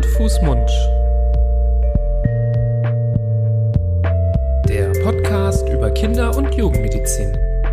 Fuß, Mund. Der Podcast über Kinder- und Jugendmedizin.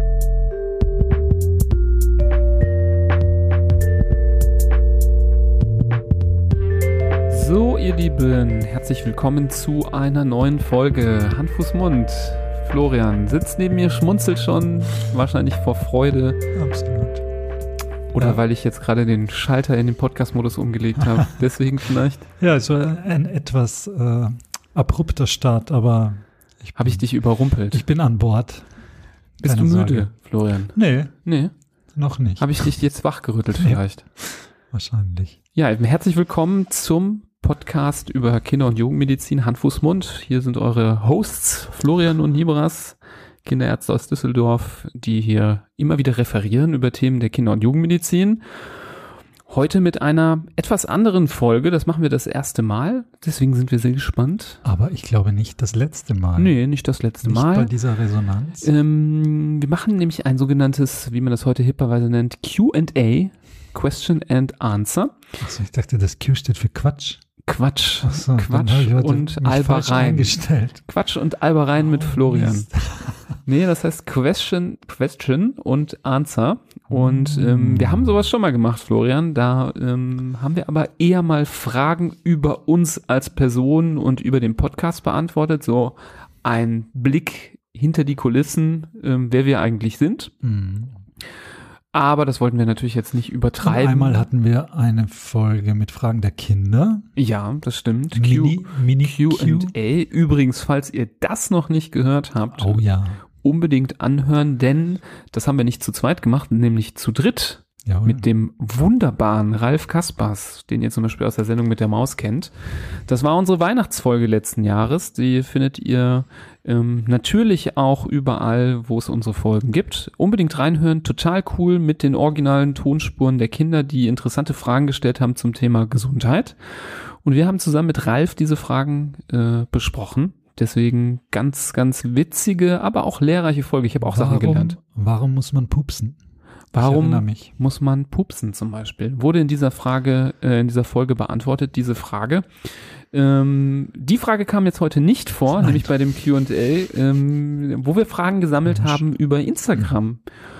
So, ihr Lieben, herzlich willkommen zu einer neuen Folge Hand, Fuß, Mund. Florian sitzt neben mir, schmunzelt schon, wahrscheinlich vor Freude. Absolut. Oder ja, weil ich jetzt gerade den Schalter in den Podcast-Modus umgelegt habe. Deswegen vielleicht. Ja, es war ein etwas abrupter Start, aber habe ich dich überrumpelt? Ich bin an Bord. Bist Keine du müde, Sorge. Florian? Nee, noch nicht. Habe ich dich jetzt wachgerüttelt vielleicht? Ja, wahrscheinlich. Ja, herzlich willkommen zum Podcast über Kinder- und Jugendmedizin, Hand, Fuß, Mund. Hier sind eure Hosts Florian und Nibras, Kinderärzte aus Düsseldorf, die hier immer wieder referieren über Themen der Kinder- und Jugendmedizin. Heute mit einer etwas anderen Folge, das machen wir das erste Mal, deswegen sind wir sehr gespannt. Aber ich glaube nicht das letzte Mal. Nee, nicht das letzte Mal. Nicht bei dieser Resonanz. Wir machen nämlich ein sogenanntes, wie man das heute hipperweise nennt, Q&A, Question and Answer. Achso, ich dachte, das Q steht für Quatsch. Quatsch, Achso, Quatsch und Albereien. Quatsch und Albereien mit Florian. Nee, das heißt Question und Answer. Und wir haben sowas schon mal gemacht, Florian. Da haben wir aber eher mal Fragen über uns als Person und über den Podcast beantwortet. So ein Blick hinter die Kulissen, wer wir eigentlich sind. Mhm. Aber das wollten wir natürlich jetzt nicht übertreiben. Und einmal hatten wir eine Folge mit Fragen der Kinder. Ja, das stimmt. Mini Q&A. Übrigens, falls ihr das noch nicht gehört habt, oh ja, unbedingt anhören, denn das haben wir nicht zu zweit gemacht, nämlich zu dritt. Ja, mit dem wunderbaren Ralf Kaspers, den ihr zum Beispiel aus der Sendung mit der Maus kennt. Das war unsere Weihnachtsfolge letzten Jahres. Die findet ihr natürlich auch überall, wo es unsere Folgen gibt. Unbedingt reinhören, total cool mit den originalen Tonspuren der Kinder, die interessante Fragen gestellt haben zum Thema Gesundheit. Und wir haben zusammen mit Ralf diese Fragen besprochen. Deswegen ganz, ganz witzige, aber auch lehrreiche Folge. Ich habe auch Sachen gelernt. Warum muss man pupsen? Warum muss man pupsen zum Beispiel? Wurde in dieser Frage, in dieser Folge beantwortet, diese Frage. Die Frage kam jetzt heute nicht vor, nämlich bei dem Q&A, wo wir Fragen gesammelt haben über Instagram.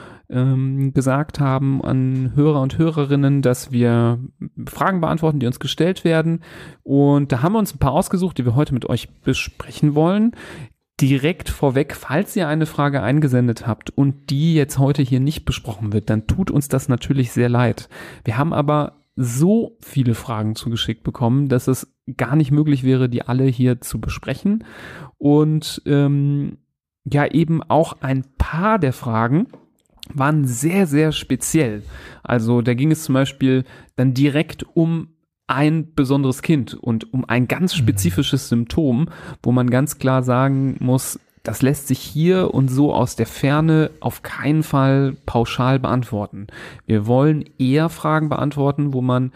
Gesagt haben an Hörer und Hörerinnen, dass wir Fragen beantworten, die uns gestellt werden. Und da haben wir uns ein paar ausgesucht, die wir heute mit euch besprechen wollen. Direkt vorweg, falls ihr eine Frage eingesendet habt und die jetzt heute hier nicht besprochen wird, dann tut uns das natürlich sehr leid. Wir haben aber so viele Fragen zugeschickt bekommen, dass es gar nicht möglich wäre, die alle hier zu besprechen. Und ja, eben auch ein paar der Fragen waren sehr, sehr speziell. Also da ging es zum Beispiel dann direkt um ein besonderes Kind und um ein ganz spezifisches Symptom, wo man ganz klar sagen muss, das lässt sich hier und so aus der Ferne auf keinen Fall pauschal beantworten. Wir wollen eher Fragen beantworten, wo man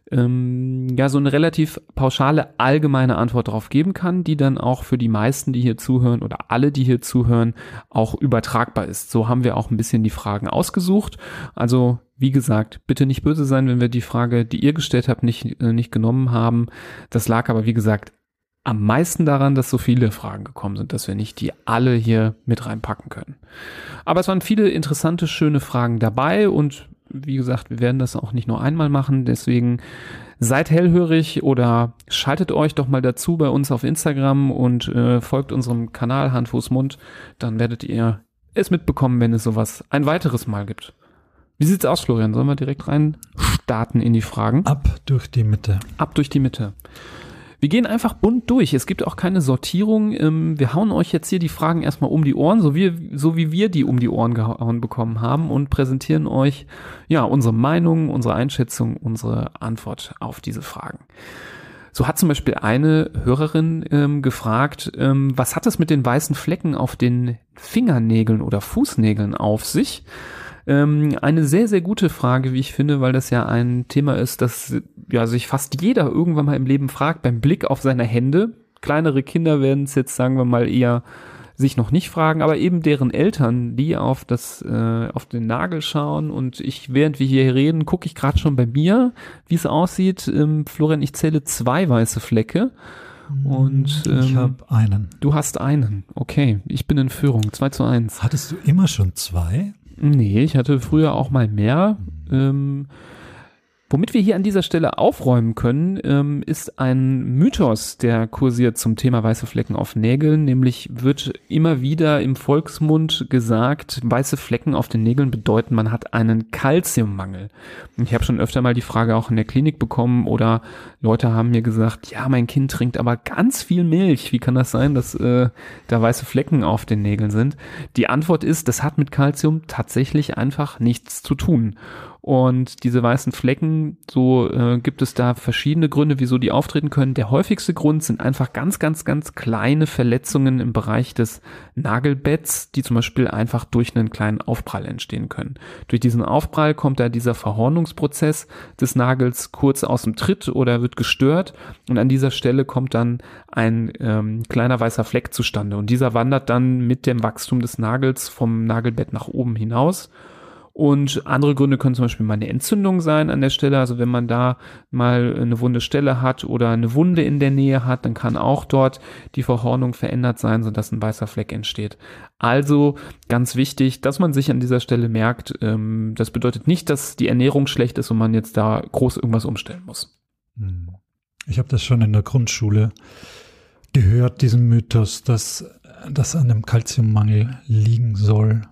ja so eine relativ pauschale, allgemeine Antwort darauf geben kann, die dann auch für die meisten, die hier zuhören oder alle, die hier zuhören, auch übertragbar ist. So haben wir auch ein bisschen die Fragen ausgesucht. Also wie gesagt, bitte nicht böse sein, wenn wir die Frage, die ihr gestellt habt, nicht genommen haben. Das lag aber, wie gesagt, am meisten daran, dass so viele Fragen gekommen sind, dass wir nicht die alle hier mit reinpacken können. Aber es waren viele interessante, schöne Fragen dabei und wie gesagt, wir werden das auch nicht nur einmal machen, deswegen seid hellhörig oder schaltet euch doch mal dazu bei uns auf Instagram und folgt unserem Kanal Hand, Fuß, Mund, dann werdet ihr es mitbekommen, wenn es sowas ein weiteres Mal gibt. Wie sieht's aus, Florian? Sollen wir direkt rein starten in die Fragen? Ab durch die Mitte. Ab durch die Mitte. Wir gehen einfach bunt durch. Es gibt auch keine Sortierung. Wir hauen euch jetzt hier die Fragen erstmal um die Ohren, so wie wir die um die Ohren gehauen bekommen haben und präsentieren euch ja unsere Meinung, unsere Einschätzung, unsere Antwort auf diese Fragen. So hat zum Beispiel eine Hörerin gefragt, was hat es mit den weißen Flecken auf den Fingernägeln oder Fußnägeln auf sich? Eine sehr, sehr gute Frage, wie ich finde, weil das ja ein Thema ist, das ja sich fast jeder irgendwann mal im Leben fragt, beim Blick auf seine Hände. Kleinere Kinder werden es jetzt, sagen wir mal, eher sich noch nicht fragen, aber eben deren Eltern, die auf den Nagel schauen und während wir hier reden, gucke ich gerade schon bei mir, wie es aussieht. Florian, ich zähle 2 weiße Flecke. Und ich habe einen. Du hast einen. Okay, ich bin in Führung. 2:1. Hattest du immer schon 2? Nee, ich hatte früher auch mal mehr. Womit wir hier an dieser Stelle aufräumen können, ist ein Mythos, der kursiert zum Thema weiße Flecken auf Nägeln. Nämlich wird immer wieder im Volksmund gesagt, weiße Flecken auf den Nägeln bedeuten, man hat einen Kalziummangel. Und ich habe schon öfter mal die Frage auch in der Klinik bekommen oder Leute haben mir gesagt, ja, mein Kind trinkt aber ganz viel Milch. Wie kann das sein, dass da weiße Flecken auf den Nägeln sind? Die Antwort ist, das hat mit Kalzium tatsächlich einfach nichts zu tun. Und diese weißen Flecken, gibt es da verschiedene Gründe, wieso die auftreten können. Der häufigste Grund sind einfach ganz, ganz, ganz kleine Verletzungen im Bereich des Nagelbetts, die zum Beispiel einfach durch einen kleinen Aufprall entstehen können. Durch diesen Aufprall kommt da dieser Verhornungsprozess des Nagels kurz aus dem Tritt oder wird gestört und an dieser Stelle kommt dann ein kleiner weißer Fleck zustande und dieser wandert dann mit dem Wachstum des Nagels vom Nagelbett nach oben hinaus. Und andere Gründe können zum Beispiel mal eine Entzündung sein an der Stelle. Also wenn man da mal eine wunde Stelle hat oder eine Wunde in der Nähe hat, dann kann auch dort die Verhornung verändert sein, sodass ein weißer Fleck entsteht. Also ganz wichtig, dass man sich an dieser Stelle merkt, das bedeutet nicht, dass die Ernährung schlecht ist und man jetzt da groß irgendwas umstellen muss. Ich habe das schon in der Grundschule gehört, diesen Mythos, dass das an einem Kalziummangel liegen soll.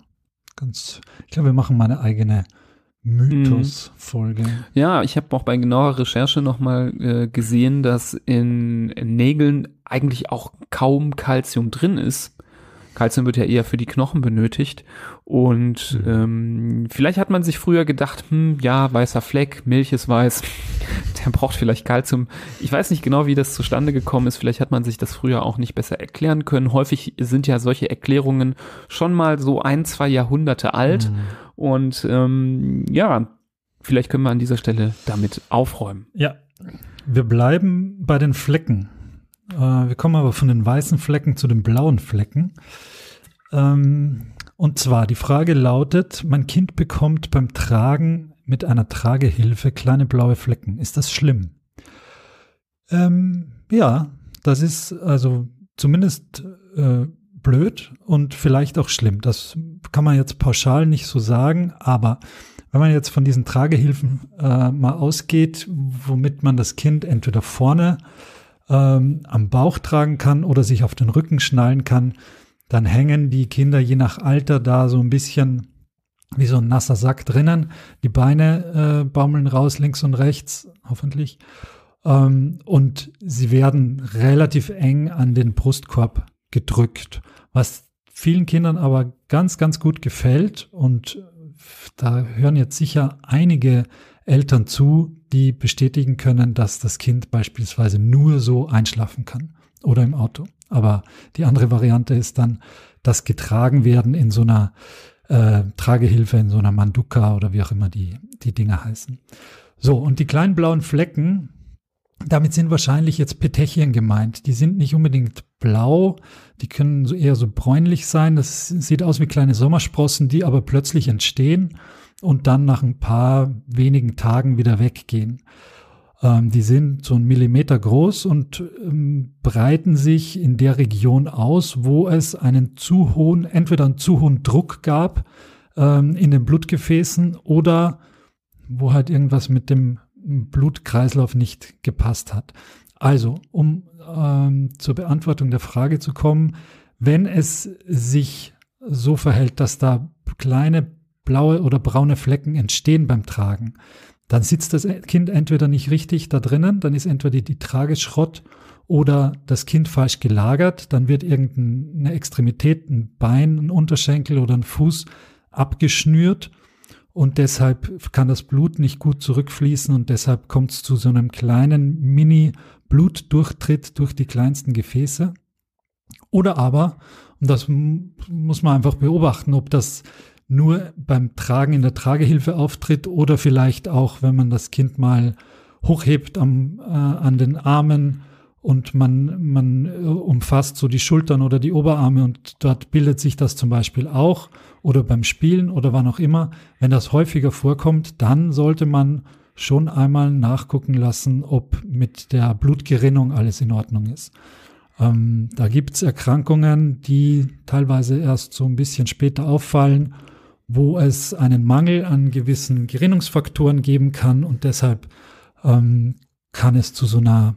Ich glaube, wir machen mal eine eigene Mythos-Folge. Ja, ich habe auch bei genauer Recherche nochmal gesehen, dass in Nägeln eigentlich auch kaum Kalzium drin ist. Kalzium wird ja eher für die Knochen benötigt und vielleicht hat man sich früher gedacht, ja, weißer Fleck, Milch ist weiß, der braucht vielleicht Kalzium. Ich weiß nicht genau, wie das zustande gekommen ist, vielleicht hat man sich das früher auch nicht besser erklären können. Häufig sind ja solche Erklärungen schon mal so 1-2 Jahrhunderte alt und vielleicht können wir an dieser Stelle damit aufräumen. Ja, wir bleiben bei den Flecken. Wir kommen aber von den weißen Flecken zu den blauen Flecken. Und zwar, die Frage lautet, mein Kind bekommt beim Tragen mit einer Tragehilfe kleine blaue Flecken. Ist das schlimm? Ja, das ist also zumindest blöd und vielleicht auch schlimm. Das kann man jetzt pauschal nicht so sagen, aber wenn man jetzt von diesen Tragehilfen mal ausgeht, womit man das Kind entweder vorne am Bauch tragen kann oder sich auf den Rücken schnallen kann, dann hängen die Kinder je nach Alter da so ein bisschen wie so ein nasser Sack drinnen. Die Beine baumeln raus, links und rechts, hoffentlich. Und sie werden relativ eng an den Brustkorb gedrückt, was vielen Kindern aber ganz, ganz gut gefällt. Und da hören jetzt sicher einige Eltern zu, die bestätigen können, dass das Kind beispielsweise nur so einschlafen kann oder im Auto. Aber die andere Variante ist dann das Getragenwerden in so einer Tragehilfe, in so einer Manduka oder wie auch immer die Dinger heißen. So, und die kleinen blauen Flecken, damit sind wahrscheinlich jetzt Petechien gemeint. Die sind nicht unbedingt blau, die können eher so bräunlich sein. Das sieht aus wie kleine Sommersprossen, die aber plötzlich entstehen und dann nach ein paar wenigen Tagen wieder weggehen. Die sind so 1 Millimeter groß und breiten sich in der Region aus, wo es entweder einen zu hohen Druck gab in den Blutgefäßen oder wo halt irgendwas mit dem Blutkreislauf nicht gepasst hat. Also, um zur Beantwortung der Frage zu kommen, wenn es sich so verhält, dass da kleine blaue oder braune Flecken entstehen beim Tragen, dann sitzt das Kind entweder nicht richtig da drinnen, dann ist entweder die Trage Schrott oder das Kind falsch gelagert, dann wird irgendeine Extremität, ein Bein, ein Unterschenkel oder ein Fuß abgeschnürt und deshalb kann das Blut nicht gut zurückfließen und deshalb kommt es zu so einem kleinen Mini-Blutdurchtritt durch die kleinsten Gefäße. Oder aber, und das muss man einfach beobachten, ob das nur beim Tragen in der Tragehilfe auftritt oder vielleicht auch, wenn man das Kind mal hochhebt an den Armen und man umfasst so die Schultern oder die Oberarme und dort bildet sich das zum Beispiel auch oder beim Spielen oder wann auch immer. Wenn das häufiger vorkommt, dann sollte man schon einmal nachgucken lassen, ob mit der Blutgerinnung alles in Ordnung ist. Da gibt's Erkrankungen, die teilweise erst so ein bisschen später auffallen, wo es einen Mangel an gewissen Gerinnungsfaktoren geben kann und deshalb kann es zu so einer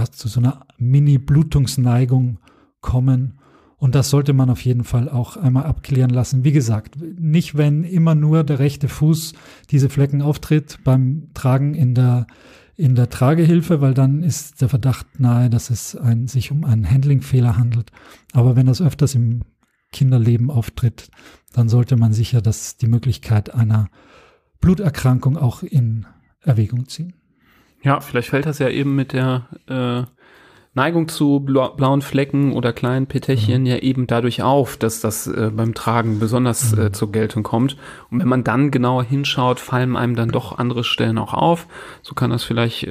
Mini-Blutungsneigung kommen. Und das sollte man auf jeden Fall auch einmal abklären lassen. Wie gesagt, nicht wenn immer nur der rechte Fuß diese Flecken auftritt beim Tragen in der Tragehilfe, weil dann ist der Verdacht nahe, dass es sich um einen Handlingfehler handelt. Aber wenn das öfters im Kinderleben auftritt, dann sollte man sicher die Möglichkeit einer Bluterkrankung auch in Erwägung ziehen. Ja, vielleicht fällt das ja eben mit der Neigung zu blauen Flecken oder kleinen Peterchen ja eben dadurch auf, dass das beim Tragen besonders zur Geltung kommt. Und wenn man dann genauer hinschaut, fallen einem dann doch andere Stellen auch auf. So kann das vielleicht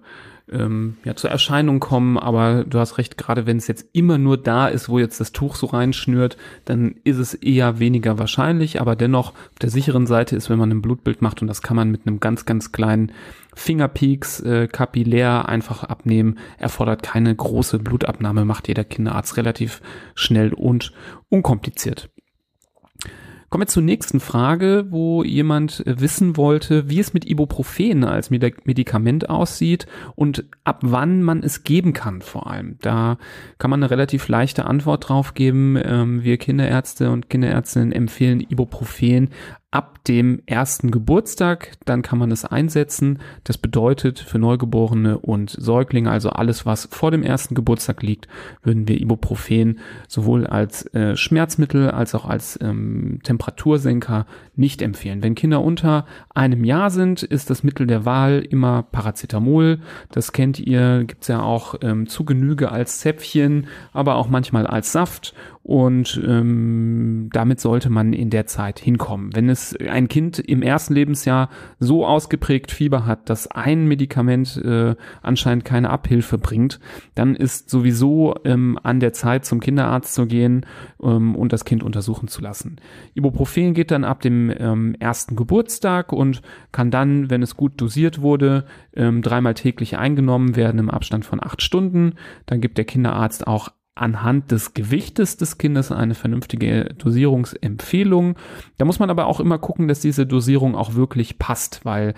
zur Erscheinung kommen, aber du hast recht, gerade wenn es jetzt immer nur da ist, wo jetzt das Tuch so reinschnürt, dann ist es eher weniger wahrscheinlich, aber dennoch auf der sicheren Seite ist, wenn man ein Blutbild macht, und das kann man mit einem ganz, ganz kleinen Fingerpieks kapillär einfach abnehmen, erfordert keine große Blutabnahme, macht jeder Kinderarzt relativ schnell und unkompliziert. Kommen wir zur nächsten Frage, wo jemand wissen wollte, wie es mit Ibuprofen als Medikament aussieht und ab wann man es geben kann vor allem. Da kann man eine relativ leichte Antwort drauf geben. Wir Kinderärzte und Kinderärztinnen empfehlen Ibuprofen ab dem 1. Geburtstag, dann kann man es einsetzen. Das bedeutet für Neugeborene und Säuglinge, also alles, was vor dem 1. Geburtstag liegt, würden wir Ibuprofen sowohl als Schmerzmittel als auch als Temperatursenker nicht empfehlen. Wenn Kinder unter einem Jahr sind, ist das Mittel der Wahl immer Paracetamol. Das kennt ihr, gibt's ja auch zu Genüge als Zäpfchen, aber auch manchmal als Saft. Und damit sollte man in der Zeit hinkommen. Wenn es ein Kind im ersten Lebensjahr so ausgeprägt Fieber hat, dass ein Medikament anscheinend keine Abhilfe bringt, dann ist sowieso an der Zeit, zum Kinderarzt zu gehen und das Kind untersuchen zu lassen. Ibuprofen geht dann ab dem 1. Geburtstag und kann dann, wenn es gut dosiert wurde, 3-mal täglich eingenommen werden im Abstand von 8 Stunden. Dann gibt der Kinderarzt auch anhand des Gewichtes des Kindes eine vernünftige Dosierungsempfehlung. Da muss man aber auch immer gucken, dass diese Dosierung auch wirklich passt, weil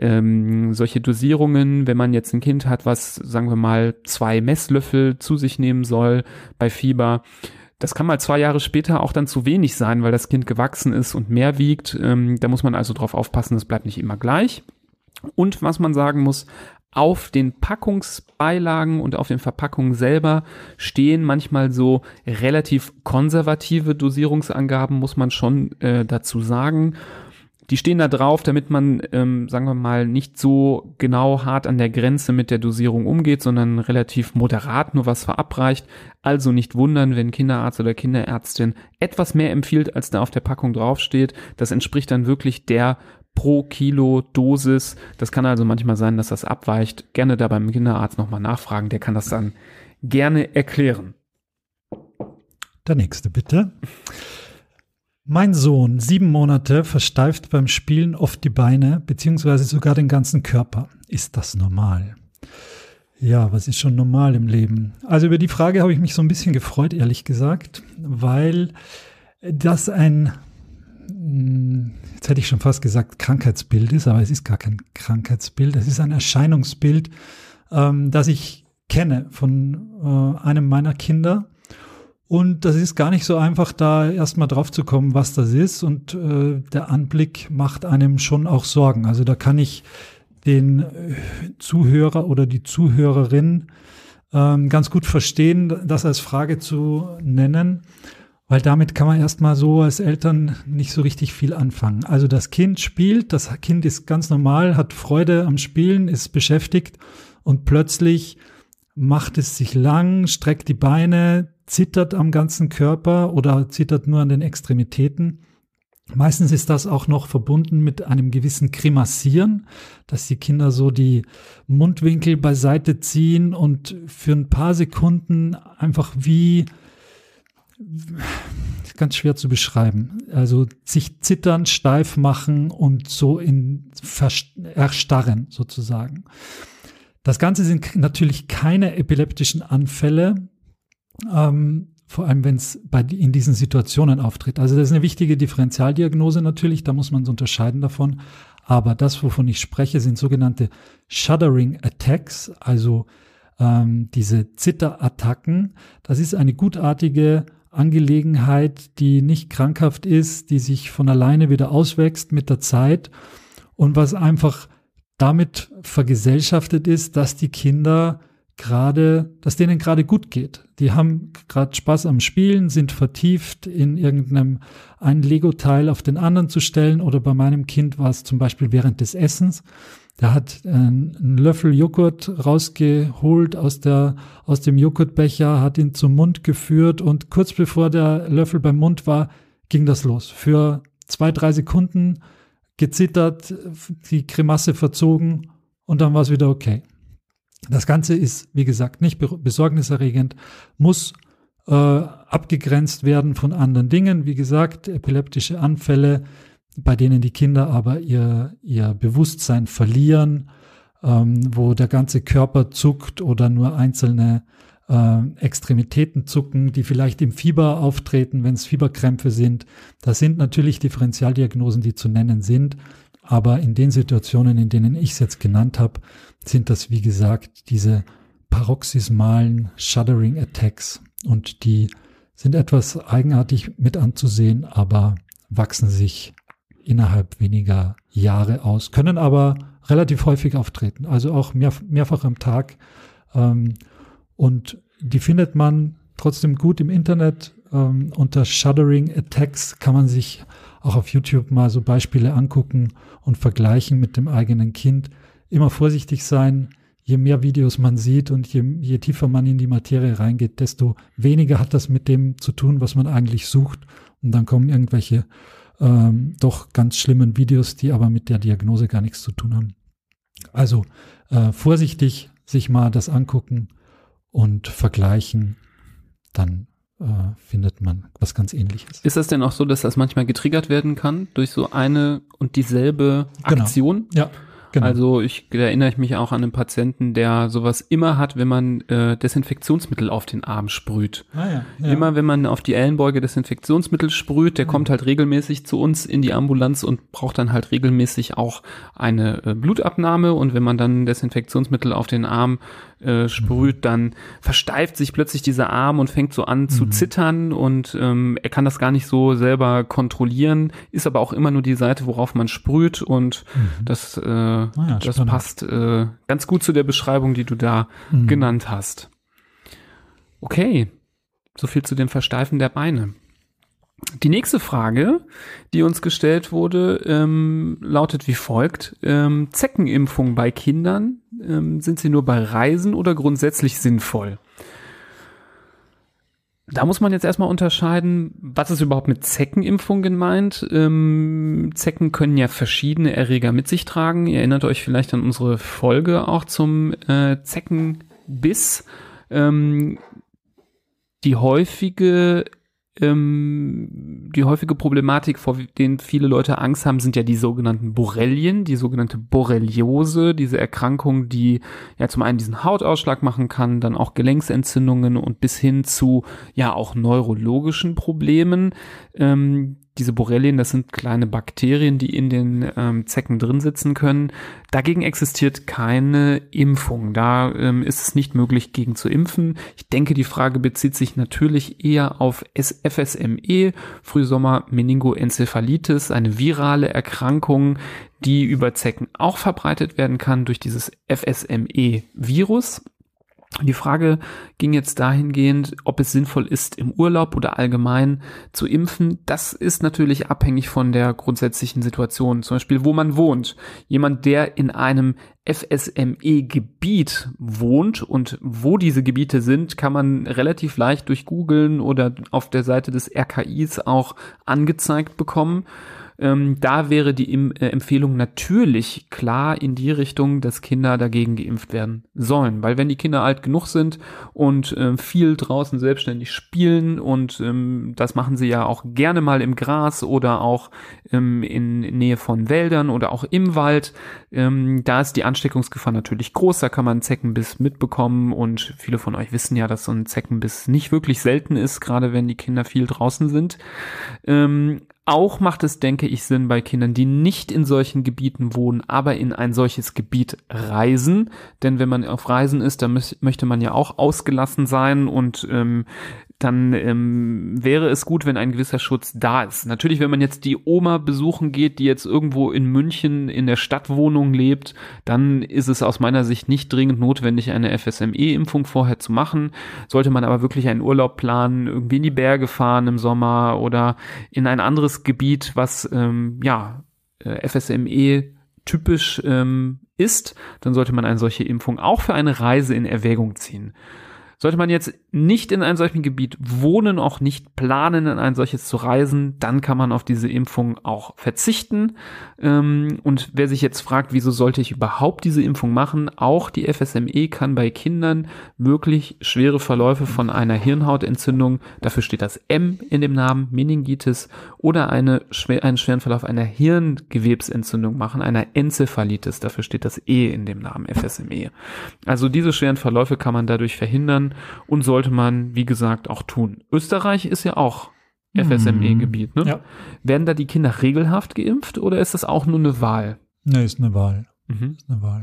solche Dosierungen, wenn man jetzt ein Kind hat, was, sagen wir mal, 2 Messlöffel zu sich nehmen soll bei Fieber, das kann mal 2 Jahre später auch dann zu wenig sein, weil das Kind gewachsen ist und mehr wiegt. Da muss man also drauf aufpassen, das bleibt nicht immer gleich. Und was man sagen muss, auf den Packungsbeilagen und auf den Verpackungen selber stehen manchmal so relativ konservative Dosierungsangaben, muss man schon dazu sagen. Die stehen da drauf, damit man, sagen wir mal, nicht so genau hart an der Grenze mit der Dosierung umgeht, sondern relativ moderat nur was verabreicht. Also nicht wundern, wenn Kinderarzt oder Kinderärztin etwas mehr empfiehlt, als da auf der Packung draufsteht. Das entspricht dann wirklich der pro Kilo Dosis. Das kann also manchmal sein, dass das abweicht. Gerne da beim Kinderarzt nochmal nachfragen. Der kann das dann gerne erklären. Der nächste bitte. Mein Sohn, 7 Monate, versteift beim Spielen oft die Beine beziehungsweise sogar den ganzen Körper. Ist das normal? Ja, was ist schon normal im Leben? Also über die Frage habe ich mich so ein bisschen gefreut, ehrlich gesagt, weil das jetzt hätte ich schon fast gesagt, Krankheitsbild ist, aber es ist gar kein Krankheitsbild. Es ist ein Erscheinungsbild, das ich kenne von einem meiner Kinder. Und das ist gar nicht so einfach, da erstmal drauf zu kommen, was das ist. Und der Anblick macht einem schon auch Sorgen. Also da kann ich den Zuhörer oder die Zuhörerin ganz gut verstehen, das als Frage zu nennen. Weil damit kann man erstmal so als Eltern nicht so richtig viel anfangen. Also das Kind spielt, das Kind ist ganz normal, hat Freude am Spielen, ist beschäftigt und plötzlich macht es sich lang, streckt die Beine, zittert am ganzen Körper oder zittert nur an den Extremitäten. Meistens ist das auch noch verbunden mit einem gewissen Grimassieren, dass die Kinder so die Mundwinkel beiseite ziehen und für ein paar Sekunden einfach ganz schwer zu beschreiben, also sich zittern, steif machen und so erstarren sozusagen. Das Ganze sind natürlich keine epileptischen Anfälle, vor allem wenn es in diesen Situationen auftritt. Also das ist eine wichtige Differentialdiagnose natürlich, da muss man es unterscheiden davon. Aber das, wovon ich spreche, sind sogenannte Shuddering Attacks, also diese Zitterattacken. Das ist eine gutartige Angelegenheit, die nicht krankhaft ist, die sich von alleine wieder auswächst mit der Zeit und was einfach damit vergesellschaftet ist, dass die Kinder dass denen gerade gut geht. Die haben gerade Spaß am Spielen, sind vertieft in ein Lego-Teil auf den anderen zu stellen, oder bei meinem Kind war es zum Beispiel während des Essens. Der hat einen Löffel Joghurt rausgeholt aus dem Joghurtbecher, hat ihn zum Mund geführt und kurz bevor der Löffel beim Mund war, ging das los. Für 2-3 Sekunden gezittert, die Grimasse verzogen und dann war es wieder okay. Das Ganze ist, wie gesagt, nicht besorgniserregend, muss abgegrenzt werden von anderen Dingen. Wie gesagt, epileptische Anfälle, bei denen die Kinder aber ihr Bewusstsein verlieren, wo der ganze Körper zuckt oder nur einzelne Extremitäten zucken, die vielleicht im Fieber auftreten, wenn es Fieberkrämpfe sind. Das sind natürlich Differentialdiagnosen, die zu nennen sind. Aber in den Situationen, in denen ich es jetzt genannt habe, sind das, wie gesagt, diese paroxysmalen Shuddering Attacks. Und die sind etwas eigenartig mit anzusehen, aber wachsen sich innerhalb weniger Jahre aus, können aber relativ häufig auftreten, also auch mehrfach am Tag. Und die findet man trotzdem gut im Internet. Unter Shuddering Attacks kann man sich auch auf YouTube mal so Beispiele angucken und vergleichen mit dem eigenen Kind. Immer vorsichtig sein, je mehr Videos man sieht und je tiefer man in die Materie reingeht, desto weniger hat das mit dem zu tun, was man eigentlich sucht. Und dann kommen irgendwelche doch ganz schlimmen Videos, die aber mit der Diagnose gar nichts zu tun haben. Also vorsichtig sich mal das angucken und vergleichen, dann findet man was ganz Ähnliches. Ist das denn auch so, dass das manchmal getriggert werden kann durch so eine und dieselbe Aktion? Genau. Ja. Genau. Also da erinnere ich mich auch an einen Patienten, der sowas immer hat, wenn man Desinfektionsmittel auf den Arm sprüht. Ja. Immer wenn man auf die Ellenbeuge Desinfektionsmittel sprüht, der kommt halt regelmäßig zu uns in die Ambulanz und braucht dann halt regelmäßig auch eine Blutabnahme, und wenn man dann Desinfektionsmittel auf den Arm sprüht, dann versteift sich plötzlich dieser Arm und fängt so an zu zittern, und er kann das gar nicht so selber kontrollieren, ist aber auch immer nur die Seite, worauf man sprüht, und das passt ganz gut zu der Beschreibung, die du da genannt hast. Okay, so viel zu dem Versteifen der Beine. Die nächste Frage, die uns gestellt wurde, lautet wie folgt. Zeckenimpfung bei Kindern, sind sie nur bei Reisen oder grundsätzlich sinnvoll? Da muss man jetzt erstmal unterscheiden, was ist überhaupt mit Zeckenimpfung gemeint. Zecken können ja verschiedene Erreger mit sich tragen. Ihr erinnert euch vielleicht an unsere Folge auch zum Zeckenbiss. Die häufige Problematik, vor denen viele Leute Angst haben, sind ja die sogenannten Borrelien, die sogenannte Borreliose, diese Erkrankung, die ja zum einen diesen Hautausschlag machen kann, dann auch Gelenksentzündungen und bis hin zu ja auch neurologischen Problemen. Diese Borrelien, das sind kleine Bakterien, die in den Zecken drin sitzen können. Dagegen existiert keine Impfung. Da ist es nicht möglich, gegen zu impfen. Ich denke, die Frage bezieht sich natürlich eher auf FSME, Frühsommer-Meningoenzephalitis, eine virale Erkrankung, die über Zecken auch verbreitet werden kann durch dieses FSME-Virus. Die Frage ging jetzt dahingehend, ob es sinnvoll ist, im Urlaub oder allgemein zu impfen. Das ist natürlich abhängig von der grundsätzlichen Situation, zum Beispiel wo man wohnt. Jemand, der in einem FSME-Gebiet wohnt, und wo diese Gebiete sind, kann man relativ leicht durch Googlen oder auf der Seite des RKIs auch angezeigt bekommen. Da wäre die Empfehlung natürlich klar in die Richtung, dass Kinder dagegen geimpft werden sollen. Weil wenn die Kinder alt genug sind und viel draußen selbstständig spielen und das machen sie ja auch gerne mal im Gras oder auch in Nähe von Wäldern oder auch im Wald, da ist die Ansteckungsgefahr natürlich groß. Da kann man einen Zeckenbiss mitbekommen und viele von euch wissen ja, dass so ein Zeckenbiss nicht wirklich selten ist, gerade wenn die Kinder viel draußen sind. Auch macht es, denke ich, Sinn bei Kindern, die nicht in solchen Gebieten wohnen, aber in ein solches Gebiet reisen. Denn wenn man auf Reisen ist, dann möchte man ja auch ausgelassen sein und dann wäre es gut, wenn ein gewisser Schutz da ist. Natürlich, wenn man jetzt die Oma besuchen geht, die jetzt irgendwo in München in der Stadtwohnung lebt, dann ist es aus meiner Sicht nicht dringend notwendig, eine FSME-Impfung vorher zu machen. Sollte man aber wirklich einen Urlaub planen, irgendwie in die Berge fahren im Sommer oder in ein anderes Gebiet, was FSME typisch ist, dann sollte man eine solche Impfung auch für eine Reise in Erwägung ziehen. Sollte man jetzt nicht in einem solchen Gebiet wohnen, auch nicht planen, in ein solches zu reisen, dann kann man auf diese Impfung auch verzichten. Und wer sich jetzt fragt, wieso sollte ich überhaupt diese Impfung machen, auch die FSME kann bei Kindern wirklich schwere Verläufe von einer Hirnhautentzündung, dafür steht das M in dem Namen, Meningitis, oder einen schweren Verlauf einer Hirngewebsentzündung machen, einer Enzephalitis, dafür steht das E in dem Namen FSME. Also diese schweren Verläufe kann man dadurch verhindern und sollte man, wie gesagt, auch tun. Österreich ist ja auch FSME-Gebiet, ne? Ja. Werden da die Kinder regelhaft geimpft oder ist das auch nur eine Wahl? Ne, ist eine Wahl. Ist eine Wahl.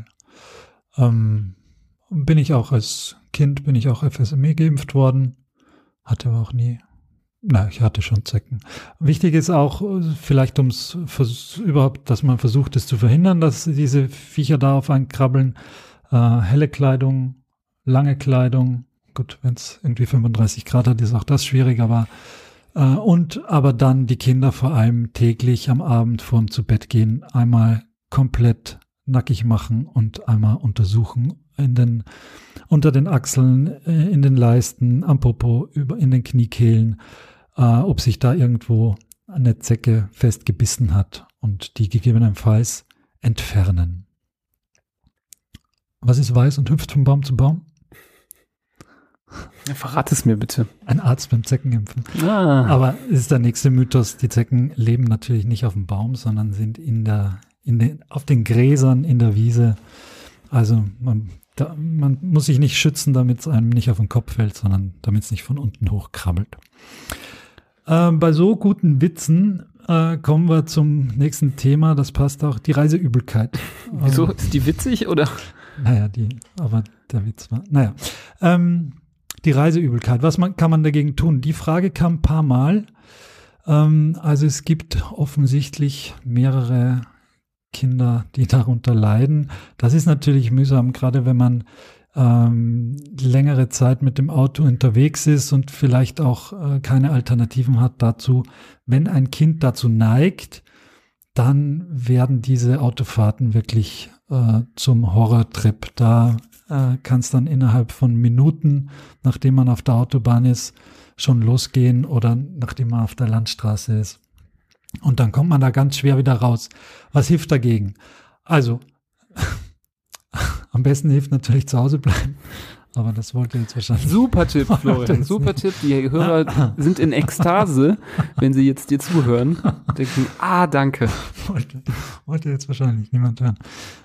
Bin ich auch als Kind, FSME geimpft worden. Hatte aber auch nie. Ich hatte schon Zecken. Wichtig ist auch, vielleicht überhaupt, dass man versucht, es zu verhindern, dass diese Viecher da auf einen krabbeln. Helle Kleidung, lange Kleidung. Gut, wenn es irgendwie 35 Grad hat, ist auch das schwierig, aber dann die Kinder vor allem täglich am Abend vorm zu Bett gehen, einmal komplett nackig machen und einmal untersuchen unter den Achseln, in den Leisten, am Popo, in den Kniekehlen, ob sich da irgendwo eine Zecke festgebissen hat und die gegebenenfalls entfernen. Was ist weiß und hüpft von Baum zu Baum? Ja, verrat es mir bitte. Ein Arzt beim Zeckenimpfen. Aber es ist der nächste Mythos. Die Zecken leben natürlich nicht auf dem Baum, sondern sind auf den Gräsern in der Wiese. Also man muss sich nicht schützen, damit es einem nicht auf den Kopf fällt, sondern damit es nicht von unten hochkrabbelt. Bei so guten Witzen kommen wir zum nächsten Thema. Das passt auch, die Reiseübelkeit. Wieso? Ist die witzig oder? Aber der Witz war, die Reiseübelkeit, kann man dagegen tun? Die Frage kam ein paar Mal. Also es gibt offensichtlich mehrere Kinder, die darunter leiden. Das ist natürlich mühsam, gerade wenn man längere Zeit mit dem Auto unterwegs ist und vielleicht auch keine Alternativen hat dazu. Wenn ein Kind dazu neigt, dann werden diese Autofahrten wirklich zum Horrortrip. Da kann es dann innerhalb von Minuten, nachdem man auf der Autobahn ist, schon losgehen oder nachdem man auf der Landstraße ist. Und dann kommt man da ganz schwer wieder raus. Was hilft dagegen? Also, am besten hilft natürlich zu Hause bleiben. Aber das wollt ihr jetzt wahrscheinlich. Super Tipp, Florian. Super Tipp. Die Hörer sind in Ekstase, wenn sie jetzt dir zuhören. Denken, danke. Wollte jetzt wahrscheinlich niemand hören.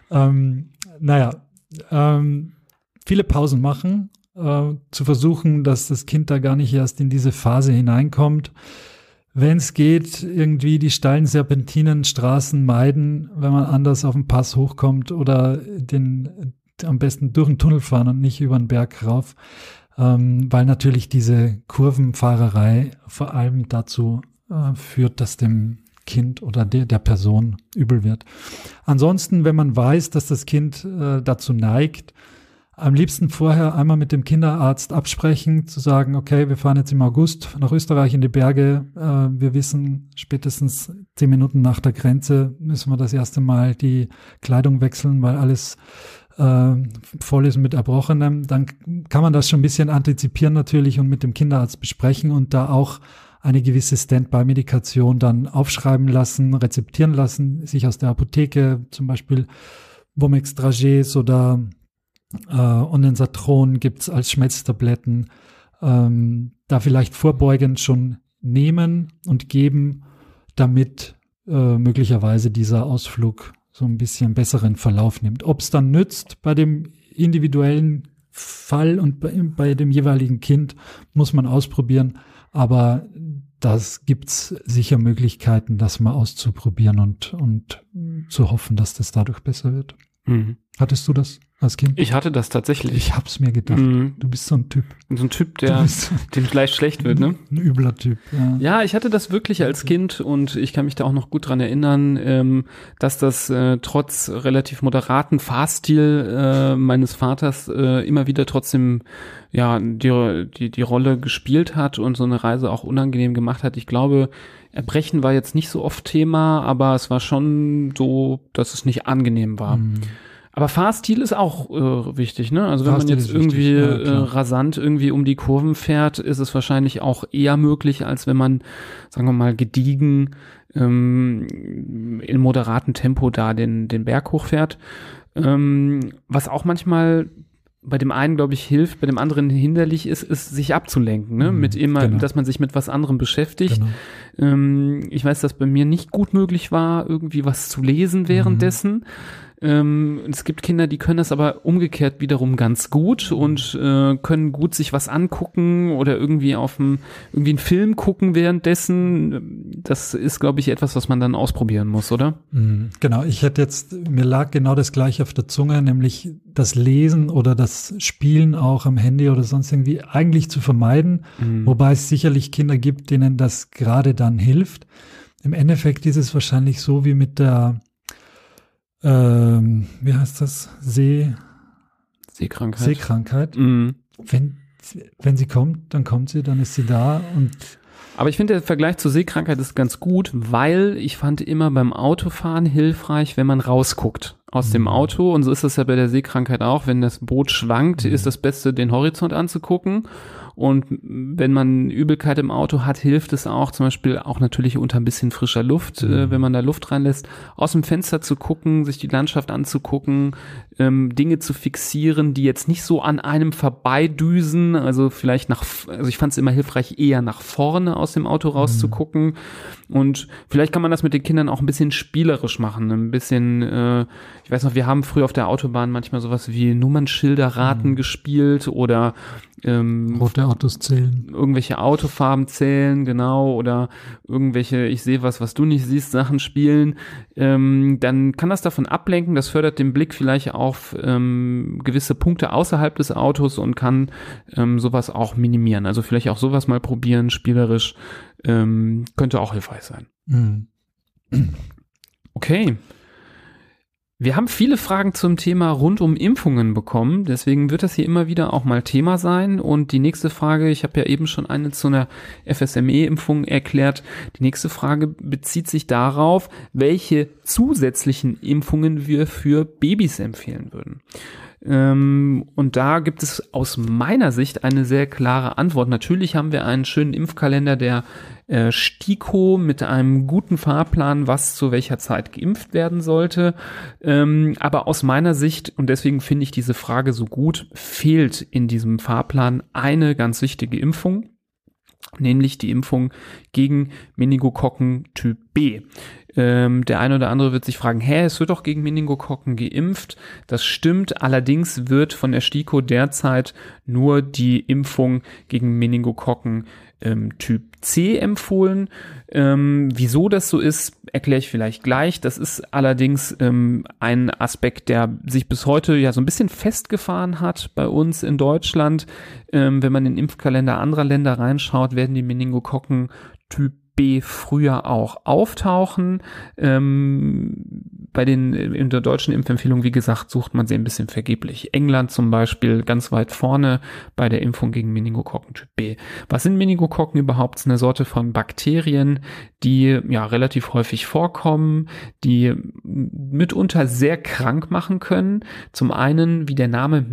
Viele Pausen machen, zu versuchen, dass das Kind da gar nicht erst in diese Phase hineinkommt. Wenn es geht, irgendwie die steilen Serpentinenstraßen meiden, wenn man anders auf den Pass hochkommt oder am besten durch den Tunnel fahren und nicht über den Berg rauf, weil natürlich diese Kurvenfahrerei vor allem dazu führt, dass dem Kind oder der Person übel wird. Ansonsten, wenn man weiß, dass das Kind dazu neigt, am liebsten vorher einmal mit dem Kinderarzt absprechen, zu sagen, okay, wir fahren jetzt im August nach Österreich in die Berge. Wir wissen, spätestens 10 Minuten nach der Grenze müssen wir das erste Mal die Kleidung wechseln, weil alles voll ist mit Erbrochenem. Dann kann man das schon ein bisschen antizipieren natürlich und mit dem Kinderarzt besprechen und da auch eine gewisse Standby-Medikation dann aufschreiben lassen, rezeptieren lassen, sich aus der Apotheke, zum Beispiel Womex Dragees oder Ondansetron gibt's als Schmelztabletten, da vielleicht vorbeugend schon nehmen und geben, damit möglicherweise dieser Ausflug so ein bisschen besseren Verlauf nimmt. Ob es dann nützt bei dem individuellen Fall und bei dem jeweiligen Kind, muss man ausprobieren, aber das gibt's sicher Möglichkeiten, das mal auszuprobieren und zu hoffen, dass das dadurch besser wird. Mhm. Hattest du das als Kind? Ich hatte das tatsächlich. Ich hab's mir gedacht. Du bist so ein Typ. So ein Typ, dem gleich schlecht wird, ne? Ein übler Typ, ja. Ja, ich hatte das wirklich als Kind und ich kann mich da auch noch gut dran erinnern, dass das trotz relativ moderaten Fahrstil meines Vaters immer wieder trotzdem ja die Rolle gespielt hat und so eine Reise auch unangenehm gemacht hat. Ich glaube, Erbrechen war jetzt nicht so oft Thema, aber es war schon so, dass es nicht angenehm war. Aber Fahrstil ist auch wichtig, ne? Also wenn Fahrstil man jetzt ist wichtig, irgendwie ja, rasant irgendwie um die Kurven fährt, ist es wahrscheinlich auch eher möglich, als wenn man, sagen wir mal, gediegen in moderatem Tempo da den Berg hochfährt. Was auch manchmal bei dem einen, glaube ich, hilft, bei dem anderen hinderlich ist sich abzulenken, ne? Mit immer, genau. dass man sich mit was anderem beschäftigt. Genau. Ich weiß, dass bei mir nicht gut möglich war, irgendwie was zu lesen währenddessen. Es gibt Kinder, die können das aber umgekehrt wiederum ganz gut und können gut sich was angucken oder irgendwie irgendwie einen Film gucken währenddessen. Das ist, glaube ich, etwas, was man dann ausprobieren muss, oder? Genau, mir lag genau das Gleiche auf der Zunge, nämlich das Lesen oder das Spielen auch am Handy oder sonst irgendwie eigentlich zu vermeiden, wobei es sicherlich Kinder gibt, denen das gerade dann hilft. Im Endeffekt ist es wahrscheinlich so wie mit der wie heißt das? Sehkrankheit. Wenn sie kommt, dann kommt sie, dann ist sie da Aber ich finde, der Vergleich zur Sehkrankheit ist ganz gut, weil ich fand immer beim Autofahren hilfreich, wenn man rausguckt aus dem Auto. Und so ist das ja bei der Sehkrankheit auch. Wenn das Boot schwankt, ist das Beste, den Horizont anzugucken. Und wenn man Übelkeit im Auto hat, hilft es auch, zum Beispiel auch natürlich unter ein bisschen frischer Luft, wenn man da Luft reinlässt, aus dem Fenster zu gucken, sich die Landschaft anzugucken, Dinge zu fixieren, die jetzt nicht so an einem vorbeidüsen, also vielleicht also ich fand es immer hilfreich, eher nach vorne aus dem Auto rauszugucken. Und vielleicht kann man das mit den Kindern auch ein bisschen spielerisch machen, ein bisschen, ich weiß noch, wir haben früher auf der Autobahn manchmal sowas wie Nummernschilderraten gespielt oder rote Autos zählen. Irgendwelche Autofarben zählen, genau, oder irgendwelche, ich sehe was du nicht siehst, Sachen spielen, dann kann das davon ablenken, das fördert den Blick vielleicht auf gewisse Punkte außerhalb des Autos und kann sowas auch minimieren. Also vielleicht auch sowas mal probieren, spielerisch, könnte auch hilfreich sein. Okay. Wir haben viele Fragen zum Thema rund um Impfungen bekommen, deswegen wird das hier immer wieder auch mal Thema sein. Und die nächste Frage, ich habe ja eben schon eine zu einer FSME-Impfung erklärt, die nächste Frage bezieht sich darauf, welche zusätzlichen Impfungen wir für Babys empfehlen würden. Und da gibt es aus meiner Sicht eine sehr klare Antwort. Natürlich haben wir einen schönen Impfkalender der STIKO mit einem guten Fahrplan, was zu welcher Zeit geimpft werden sollte. Aber aus meiner Sicht, und deswegen finde ich diese Frage so gut, fehlt in diesem Fahrplan eine ganz wichtige Impfung, nämlich die Impfung gegen Meningokokken Typ B. Der eine oder andere wird sich fragen, es wird doch gegen Meningokokken geimpft. Das stimmt, allerdings wird von der STIKO derzeit nur die Impfung gegen Meningokokken Typ C empfohlen. Wieso das so ist, erkläre ich vielleicht gleich. Das ist allerdings ein Aspekt, der sich bis heute ja so ein bisschen festgefahren hat bei uns in Deutschland. Wenn man in den Impfkalender anderer Länder reinschaut, werden die Meningokokken Typ B früher auch auftauchen. In der deutschen Impfempfehlung, wie gesagt, sucht man sie ein bisschen vergeblich. England zum Beispiel ganz weit vorne bei der Impfung gegen Meningokokken Typ B. Was sind Meningokokken überhaupt? Das ist eine Sorte von Bakterien, die ja relativ häufig vorkommen, die mitunter sehr krank machen können. Zum einen, wie der Name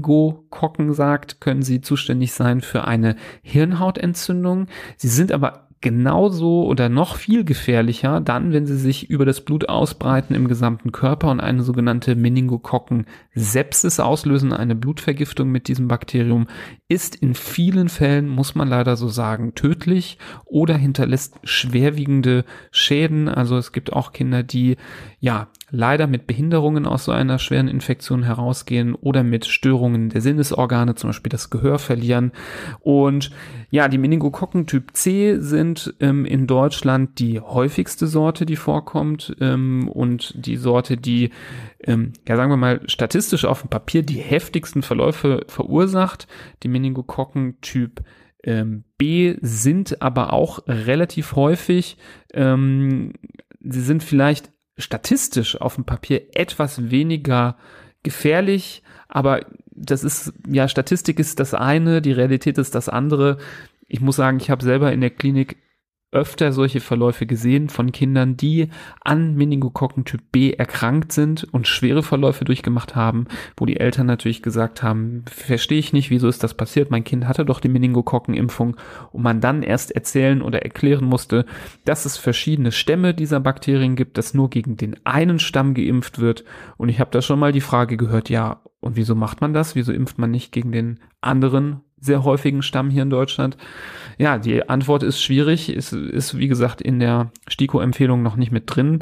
Meningokokken sagt, können sie zuständig sein für eine Hirnhautentzündung. Sie sind aber genauso oder noch viel gefährlicher dann, wenn sie sich über das Blut ausbreiten im gesamten Körper und eine sogenannte Meningokokken-Sepsis auslösen, eine Blutvergiftung mit diesem Bakterium, ist in vielen Fällen, muss man leider so sagen, tödlich oder hinterlässt schwerwiegende Schäden. Also es gibt auch Kinder, die ja leider mit Behinderungen aus so einer schweren Infektion herausgehen oder mit Störungen der Sinnesorgane, zum Beispiel das Gehör verlieren. Und ja, die Meningokokken Typ C sind in Deutschland die häufigste Sorte, die vorkommt, und die Sorte, die, ja sagen wir mal, statistisch auf dem Papier die heftigsten Verläufe verursacht. Die Meningokokken Typ B sind aber auch relativ häufig. Sie sind vielleicht statistisch auf dem Papier etwas weniger gefährlich, aber das ist, ja, Statistik ist das eine, die Realität ist das andere. Ich muss sagen, ich habe selber in der Klinik öfter solche Verläufe gesehen von Kindern, die an Meningokokken Typ B erkrankt sind und schwere Verläufe durchgemacht haben, wo die Eltern natürlich gesagt haben, verstehe ich nicht, wieso ist das passiert, mein Kind hatte doch die Meningokokken-Impfung, und man dann erst erzählen oder erklären musste, dass es verschiedene Stämme dieser Bakterien gibt, dass nur gegen den einen Stamm geimpft wird, und ich habe da schon mal die Frage gehört, ja, und wieso macht man das? Wieso impft man nicht gegen den anderen sehr häufigen Stamm hier in Deutschland? Ja, die Antwort ist schwierig, ist wie gesagt in der STIKO-Empfehlung noch nicht mit drin.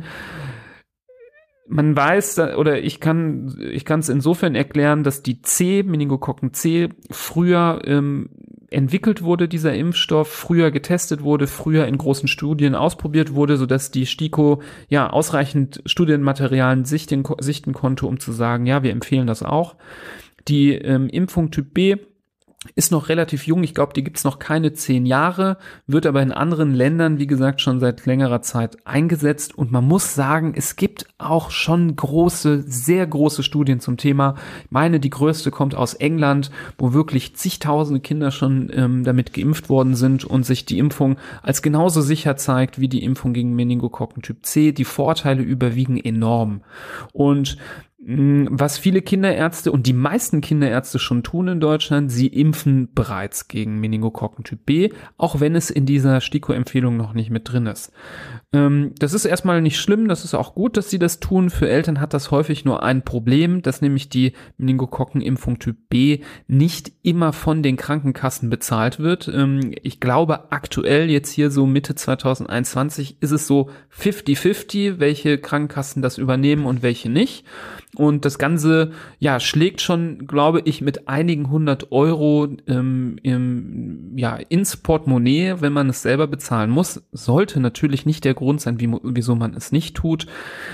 Man weiß, oder ich kann es insofern erklären, dass die Meningokokken C früher entwickelt wurde, dieser Impfstoff, früher getestet wurde, früher in großen Studien ausprobiert wurde, sodass die STIKO ja ausreichend Studienmaterialien sichten konnte, um zu sagen, ja, wir empfehlen das auch. Die Impfung Typ B ist noch relativ jung, ich glaube, die gibt's noch keine 10 Jahre, wird aber in anderen Ländern, wie gesagt, schon seit längerer Zeit eingesetzt, und man muss sagen, es gibt auch schon sehr große Studien zum Thema. Ich meine, die größte kommt aus England, wo wirklich zigtausende Kinder schon damit geimpft worden sind und sich die Impfung als genauso sicher zeigt wie die Impfung gegen Meningokokken Typ C. Die Vorteile überwiegen enorm. Und was viele Kinderärzte und die meisten Kinderärzte schon tun in Deutschland, sie impfen bereits gegen Meningokokken Typ B, auch wenn es in dieser STIKO-Empfehlung noch nicht mit drin ist. Das ist erstmal nicht schlimm, das ist auch gut, dass sie das tun. Für Eltern hat das häufig nur ein Problem, dass nämlich die Meningokokken-Impfung Typ B nicht immer von den Krankenkassen bezahlt wird. Ich glaube, aktuell jetzt hier so Mitte 2021 ist es so 50-50, welche Krankenkassen das übernehmen und welche nicht. Und das Ganze, ja, schlägt schon, glaube ich, mit einigen 100 Euro ins Portemonnaie, wenn man es selber bezahlen muss. Sollte natürlich nicht der Grund sein, wieso man es nicht tut.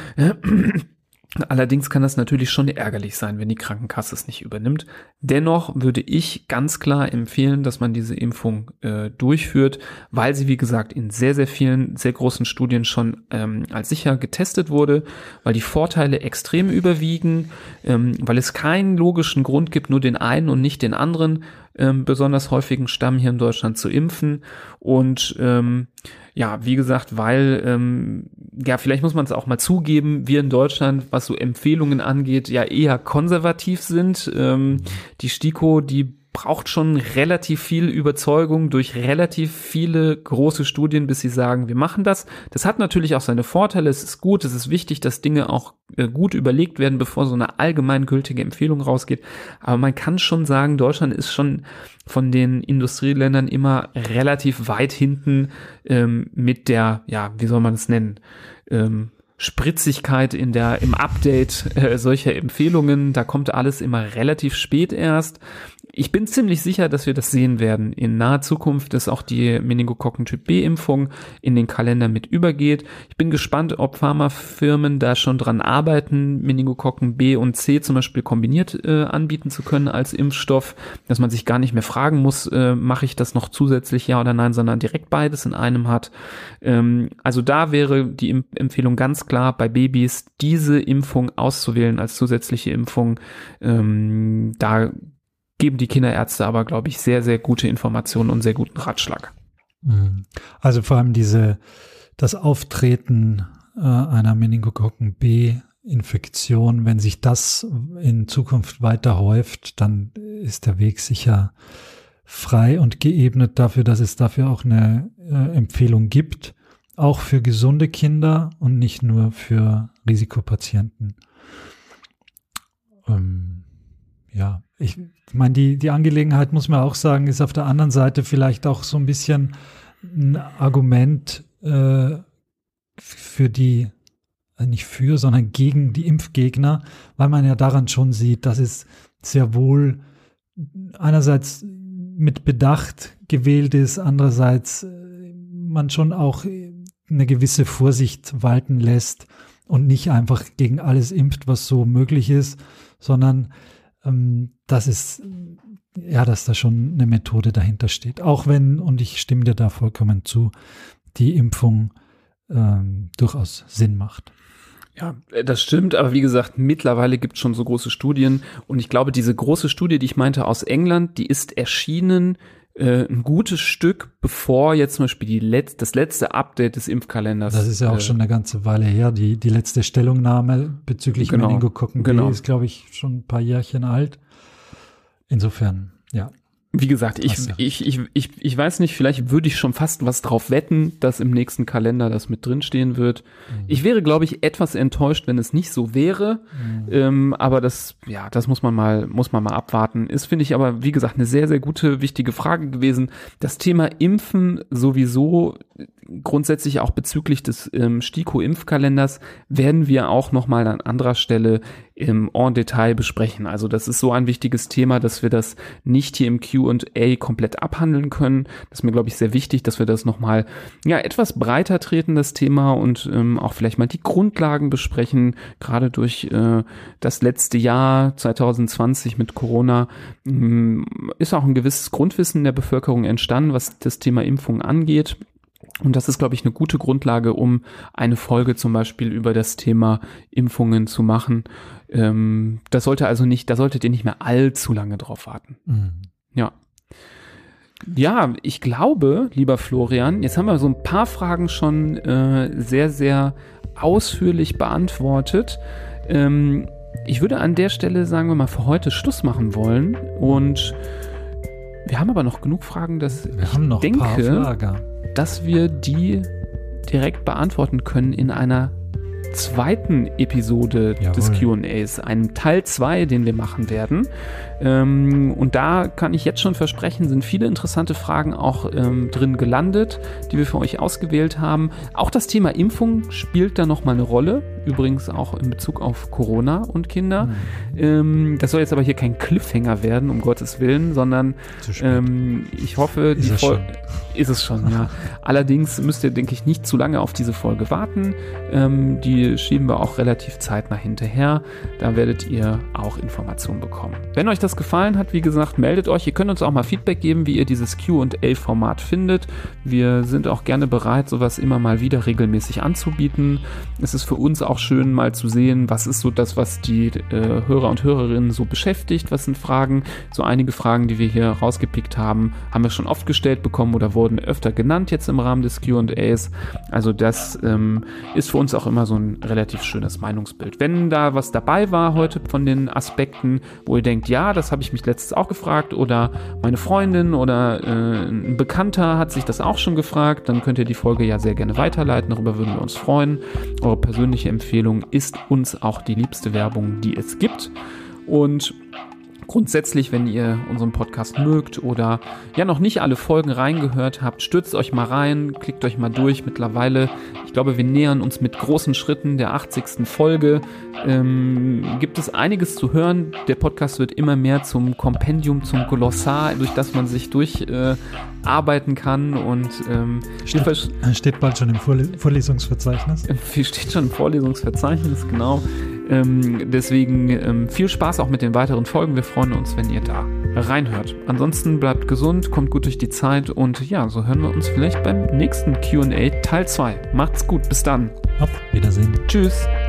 Allerdings kann das natürlich schon ärgerlich sein, wenn die Krankenkasse es nicht übernimmt. Dennoch würde ich ganz klar empfehlen, dass man diese Impfung durchführt, weil sie, wie gesagt, in sehr, sehr vielen, sehr großen Studien schon als sicher getestet wurde, weil die Vorteile extrem überwiegen, weil es keinen logischen Grund gibt, nur den einen und nicht den anderen besonders häufigen Stamm hier in Deutschland zu impfen. Und ja, wie gesagt, weil, ja, vielleicht muss man es auch mal zugeben, wir in Deutschland, was so Empfehlungen angeht, ja eher konservativ sind. Die STIKO, die braucht schon relativ viel Überzeugung durch relativ viele große Studien, bis sie sagen, wir machen das. Das hat natürlich auch seine Vorteile. Es ist gut, es ist wichtig, dass Dinge auch gut überlegt werden, bevor so eine allgemeingültige Empfehlung rausgeht. Aber man kann schon sagen, Deutschland ist schon von den Industrieländern immer relativ weit hinten mit der, ja, wie soll man es nennen, Spritzigkeit im Update solcher Empfehlungen. Da kommt alles immer relativ spät erst. Ich bin ziemlich sicher, dass wir das sehen werden. In naher Zukunft, dass auch die Meningokokken Typ B Impfung in den Kalender mit übergeht. Ich bin gespannt, ob Pharmafirmen da schon dran arbeiten, Meningokokken B und C zum Beispiel kombiniert anbieten zu können als Impfstoff, dass man sich gar nicht mehr fragen muss, mache ich das noch zusätzlich, ja oder nein, sondern direkt beides in einem hat. Also da wäre die Empfehlung ganz klar, bei Babys diese Impfung auszuwählen als zusätzliche Impfung. Da geben die Kinderärzte aber, glaube ich, sehr, sehr gute Informationen und sehr guten Ratschlag. Also vor allem das Auftreten einer Meningokokken B-Infektion, wenn sich das in Zukunft weiter häuft, dann ist der Weg sicher frei und geebnet dafür, dass es dafür auch eine Empfehlung gibt, auch für gesunde Kinder und nicht nur für Risikopatienten. Ja, ich meine, die Angelegenheit, muss man auch sagen, ist auf der anderen Seite vielleicht auch so ein bisschen ein Argument für die, nicht für, sondern gegen die Impfgegner, weil man ja daran schon sieht, dass es sehr wohl einerseits mit Bedacht gewählt ist, andererseits man schon auch eine gewisse Vorsicht walten lässt und nicht einfach gegen alles impft, was so möglich ist, sondern dass da schon eine Methode dahinter steht. Auch wenn, und ich stimme dir da vollkommen zu, die Impfung durchaus Sinn macht. Ja, das stimmt, aber wie gesagt, mittlerweile gibt es schon so große Studien und ich glaube, diese große Studie, die ich meinte aus England, die ist erschienen ein gutes Stück, bevor jetzt zum Beispiel das letzte Update des Impfkalenders. Das ist ja auch schon eine ganze Weile her. Die letzte Stellungnahme bezüglich Meningokokken B ist, glaube ich, schon ein paar Jährchen alt. Insofern, ja. Wie gesagt, ich weiß nicht, vielleicht würde ich schon fast was drauf wetten, dass im nächsten Kalender das mit drinstehen wird. Ich wäre, glaube ich, etwas enttäuscht, wenn es nicht so wäre. Aber das muss man mal abwarten. Ist, finde ich, aber, wie gesagt, eine sehr, sehr gute, wichtige Frage gewesen. Das Thema Impfen sowieso, grundsätzlich auch bezüglich des STIKO-Impfkalenders, werden wir auch nochmal an anderer Stelle en Detail besprechen. Also das ist so ein wichtiges Thema, dass wir das nicht hier im Q&A komplett abhandeln können. Das ist mir, glaube ich, sehr wichtig, dass wir das nochmal etwas breiter treten, das Thema, und auch vielleicht mal die Grundlagen besprechen. Gerade durch das letzte Jahr 2020 mit Corona ist auch ein gewisses Grundwissen der Bevölkerung entstanden, was das Thema Impfung angeht. Und das ist, glaube ich, eine gute Grundlage, um eine Folge zum Beispiel über das Thema Impfungen zu machen. Da solltet ihr nicht mehr allzu lange drauf warten. Ja. Ja, ich glaube, lieber Florian, jetzt haben wir so ein paar Fragen schon sehr, sehr ausführlich beantwortet. Ich würde an der Stelle, sagen wir mal, für heute Schluss machen wollen. Und wir haben aber noch genug Fragen, dass ich denke, dass wir die direkt beantworten können in einer zweiten Episode des Q&As, einem Teil 2, den wir machen werden. Und da kann ich jetzt schon versprechen, sind viele interessante Fragen auch drin gelandet, die wir für euch ausgewählt haben. Auch das Thema Impfung spielt da nochmal eine Rolle, übrigens auch in Bezug auf Corona und Kinder. Das soll jetzt aber hier kein Cliffhanger werden, um Gottes Willen, sondern ich hoffe, die Folge ist es schon, ja. Allerdings müsst ihr, denke ich, nicht zu lange auf diese Folge warten. Die schieben wir auch relativ zeitnah hinterher. Da werdet ihr auch Informationen bekommen. Wenn euch das gefallen hat, wie gesagt, meldet euch. Ihr könnt uns auch mal Feedback geben, wie ihr dieses Q&A-Format findet. Wir sind auch gerne bereit, sowas immer mal wieder regelmäßig anzubieten. Es ist für uns auch schön, mal zu sehen, was ist so das, was die Hörer und Hörerinnen so beschäftigt. Was sind Fragen? So einige Fragen, die wir hier rausgepickt haben, haben wir schon oft gestellt bekommen oder wurden öfter genannt jetzt im Rahmen des Q&As. Also das ist für uns auch immer so ein relativ schönes Meinungsbild. Wenn da was dabei war heute von den Aspekten, wo ihr denkt, ja, das habe ich mich letztens auch gefragt, oder meine Freundin oder ein Bekannter hat sich das auch schon gefragt, dann könnt ihr die Folge ja sehr gerne weiterleiten. Darüber würden wir uns freuen. Eure persönliche Empfehlung ist uns auch die liebste Werbung, die es gibt. Und grundsätzlich, wenn ihr unseren Podcast mögt oder ja noch nicht alle Folgen reingehört habt, stürzt euch mal rein, klickt euch mal durch. Mittlerweile, ich glaube, wir nähern uns mit großen Schritten der 80. Folge. Gibt es einiges zu hören. Der Podcast wird immer mehr zum Kompendium, zum Glossar, durch das man sich durcharbeiten kann. Und steht bald schon im Vorlesungsverzeichnis. Steht schon im Vorlesungsverzeichnis, genau. Deswegen viel Spaß auch mit den weiteren Folgen. Wir freuen uns, wenn ihr da reinhört. Ansonsten bleibt gesund, kommt gut durch die Zeit und ja, so hören wir uns vielleicht beim nächsten Q&A Teil 2. Macht's gut, bis dann. Auf Wiedersehen. Tschüss.